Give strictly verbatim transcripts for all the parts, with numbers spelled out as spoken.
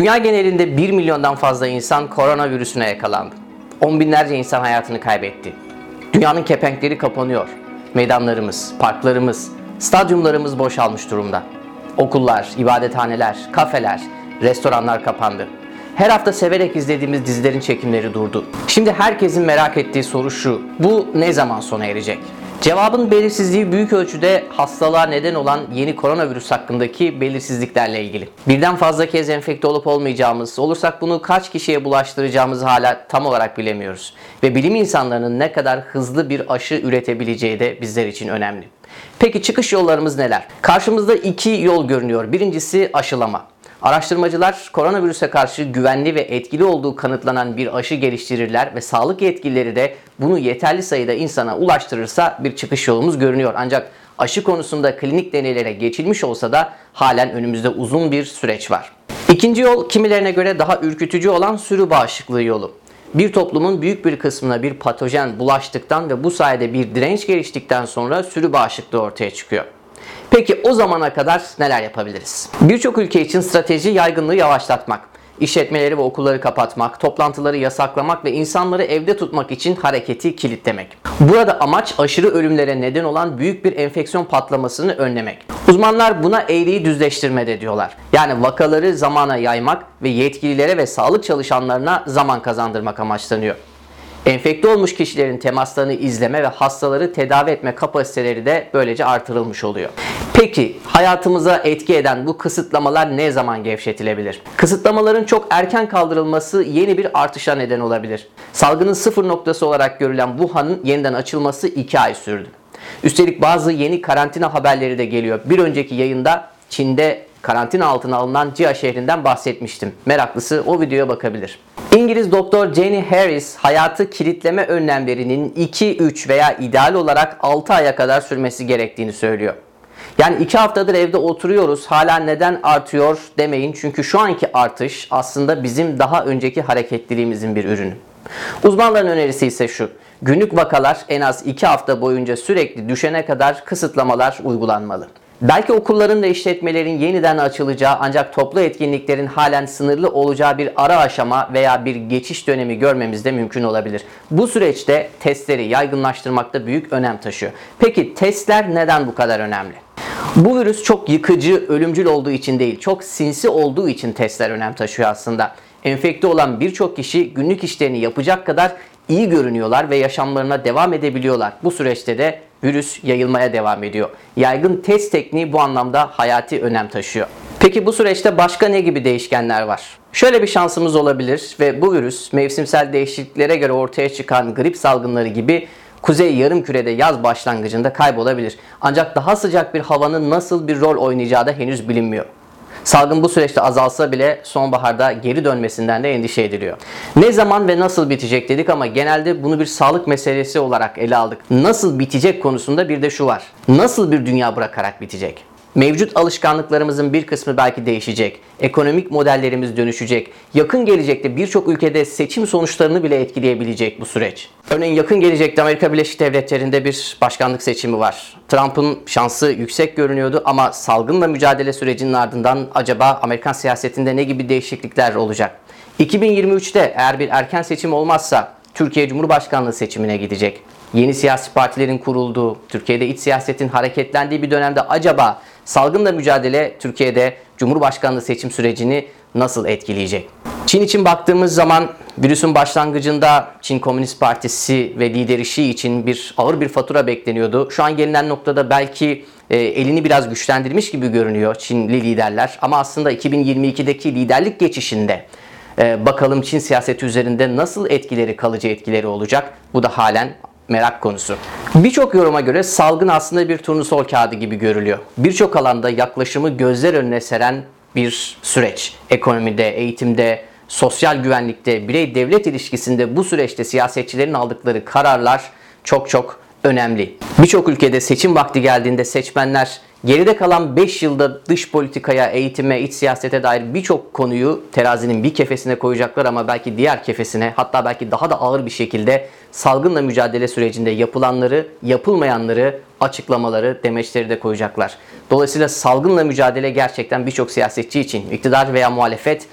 Dünya genelinde bir milyondan fazla insan koronavirüsüne yakalandı. On binlerce insan hayatını kaybetti. Dünyanın kepenkleri kapanıyor. Meydanlarımız, parklarımız, stadyumlarımız boşalmış durumda. Okullar, ibadethaneler, kafeler, restoranlar kapandı. Her hafta severek izlediğimiz dizilerin çekimleri durdu. Şimdi herkesin merak ettiği soru şu: bu ne zaman sona erecek? Cevabın belirsizliği büyük ölçüde hastalığa neden olan yeni koronavirüs hakkındaki belirsizliklerle ilgili. Birden fazla kez enfekte olup olmayacağımız, olursak bunu kaç kişiye bulaştıracağımızı hala tam olarak bilemiyoruz. Ve bilim insanlarının ne kadar hızlı bir aşı üretebileceği de bizler için önemli. Peki çıkış yollarımız neler? Karşımızda iki yol görünüyor. Birincisi aşılama. Araştırmacılar koronavirüse karşı güvenli ve etkili olduğu kanıtlanan bir aşı geliştirirler ve sağlık yetkilileri de bunu yeterli sayıda insana ulaştırırsa bir çıkış yolumuz görünüyor. Ancak aşı konusunda klinik deneylere geçilmiş olsa da halen önümüzde uzun bir süreç var. İkinci yol kimilerine göre daha ürkütücü olan sürü bağışıklığı yolu. Bir toplumun büyük bir kısmına bir patojen bulaştıktan ve bu sayede bir direnç geliştikten sonra sürü bağışıklığı ortaya çıkıyor. Peki o zamana kadar neler yapabiliriz? Birçok ülke için strateji yaygınlığı yavaşlatmak, işletmeleri ve okulları kapatmak, toplantıları yasaklamak ve insanları evde tutmak için hareketi kilitlemek. Burada amaç aşırı ölümlere neden olan büyük bir enfeksiyon patlamasını önlemek. Uzmanlar buna eğriyi düzleştirme de diyorlar. Yani vakaları zamana yaymak ve yetkililere ve sağlık çalışanlarına zaman kazandırmak amaçlanıyor. Enfekte olmuş kişilerin temaslarını izleme ve hastaları tedavi etme kapasiteleri de böylece artırılmış oluyor. Peki hayatımıza etki eden bu kısıtlamalar ne zaman gevşetilebilir? Kısıtlamaların çok erken kaldırılması yeni bir artışa neden olabilir. Salgının sıfır noktası olarak görülen Wuhan'ın yeniden açılması iki ay sürdü. Üstelik bazı yeni karantina haberleri de geliyor. Bir önceki yayında Çin'de karantina altına alınan Jia şehrinden bahsetmiştim. Meraklısı o videoya bakabilir. İngiliz doktor Jenny Harris hayatı kilitleme önlemlerinin iki üç veya ideal olarak altı aya kadar sürmesi gerektiğini söylüyor. Yani iki haftadır evde oturuyoruz, hala neden artıyor demeyin, çünkü şu anki artış aslında bizim daha önceki hareketliliğimizin bir ürünü. Uzmanların önerisi ise şu: günlük vakalar en az iki hafta boyunca sürekli düşene kadar kısıtlamalar uygulanmalı. Belki okulların ve işletmelerin yeniden açılacağı ancak toplu etkinliklerin halen sınırlı olacağı bir ara aşama veya bir geçiş dönemi görmemiz de mümkün olabilir. Bu süreçte testleri yaygınlaştırmakta büyük önem taşıyor. Peki testler neden bu kadar önemli? Bu virüs çok yıkıcı, ölümcül olduğu için değil, çok sinsi olduğu için testler önem taşıyor aslında. Enfekte olan birçok kişi günlük işlerini yapacak kadar iyi görünüyorlar ve yaşamlarına devam edebiliyorlar. Bu süreçte de virüs yayılmaya devam ediyor. Yaygın test tekniği bu anlamda hayati önem taşıyor. Peki bu süreçte başka ne gibi değişkenler var? Şöyle bir şansımız olabilir ve bu virüs mevsimsel değişikliklere göre ortaya çıkan grip salgınları gibi Kuzey Yarımküre'de yaz başlangıcında kaybolabilir. Ancak daha sıcak bir havanın nasıl bir rol oynayacağı da henüz bilinmiyor. Salgın bu süreçte azalsa bile sonbaharda geri dönmesinden de endişe ediliyor. Ne zaman ve nasıl bitecek dedik ama genelde bunu bir sağlık meselesi olarak ele aldık. Nasıl bitecek konusunda bir de şu var: nasıl bir dünya bırakarak bitecek? Mevcut alışkanlıklarımızın bir kısmı belki değişecek. Ekonomik modellerimiz dönüşecek. Yakın gelecekte birçok ülkede seçim sonuçlarını bile etkileyebilecek bu süreç. Örneğin yakın gelecekte Amerika Birleşik Devletleri'nde bir başkanlık seçimi var. Trump'ın şansı yüksek görünüyordu ama salgınla mücadele sürecinin ardından acaba Amerikan siyasetinde ne gibi değişiklikler olacak? iki bin yirmi üçte eğer bir erken seçim olmazsa Türkiye Cumhurbaşkanlığı seçimine gidecek. Yeni siyasi partilerin kurulduğu, Türkiye'de iç siyasetin hareketlendiği bir dönemde acaba salgınla mücadele Türkiye'de Cumhurbaşkanlığı seçim sürecini nasıl etkileyecek? Çin için baktığımız zaman virüsün başlangıcında Çin Komünist Partisi ve lideri Xi için bir ağır bir fatura bekleniyordu. Şu an gelinen noktada belki e, elini biraz güçlendirmiş gibi görünüyor Çinli liderler. Ama aslında iki bin yirmi ikideki liderlik geçişinde e, bakalım Çin siyaseti üzerinde nasıl etkileri, kalıcı etkileri olacak? Bu da halen merak konusu. Birçok yoruma göre salgın aslında bir turnusol kağıdı gibi görülüyor. Birçok alanda yaklaşımı gözler önüne seren bir süreç. Ekonomide, eğitimde, sosyal güvenlikte, birey-devlet ilişkisinde bu süreçte siyasetçilerin aldıkları kararlar çok çok önemli. Birçok ülkede seçim vakti geldiğinde seçmenler geride kalan beş yılda dış politikaya, eğitime, iç siyasete dair birçok konuyu terazinin bir kefesine koyacaklar ama belki diğer kefesine, hatta belki daha da ağır bir şekilde salgınla mücadele sürecinde yapılanları, yapılmayanları, açıklamaları, demeçleri de koyacaklar. Dolayısıyla salgınla mücadele gerçekten birçok siyasetçi için, iktidar veya muhalefet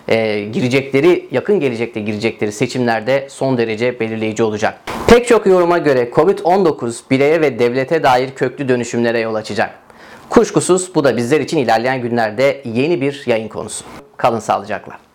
e, girecekleri, yakın gelecekte girecekleri seçimlerde son derece belirleyici olacak. Pek çok yoruma göre kovid on dokuz bireye ve devlete dair köklü dönüşümlere yol açacak. Kuşkusuz bu da bizler için ilerleyen günlerde yeni bir yayın konusu. Kalın sağlıcakla.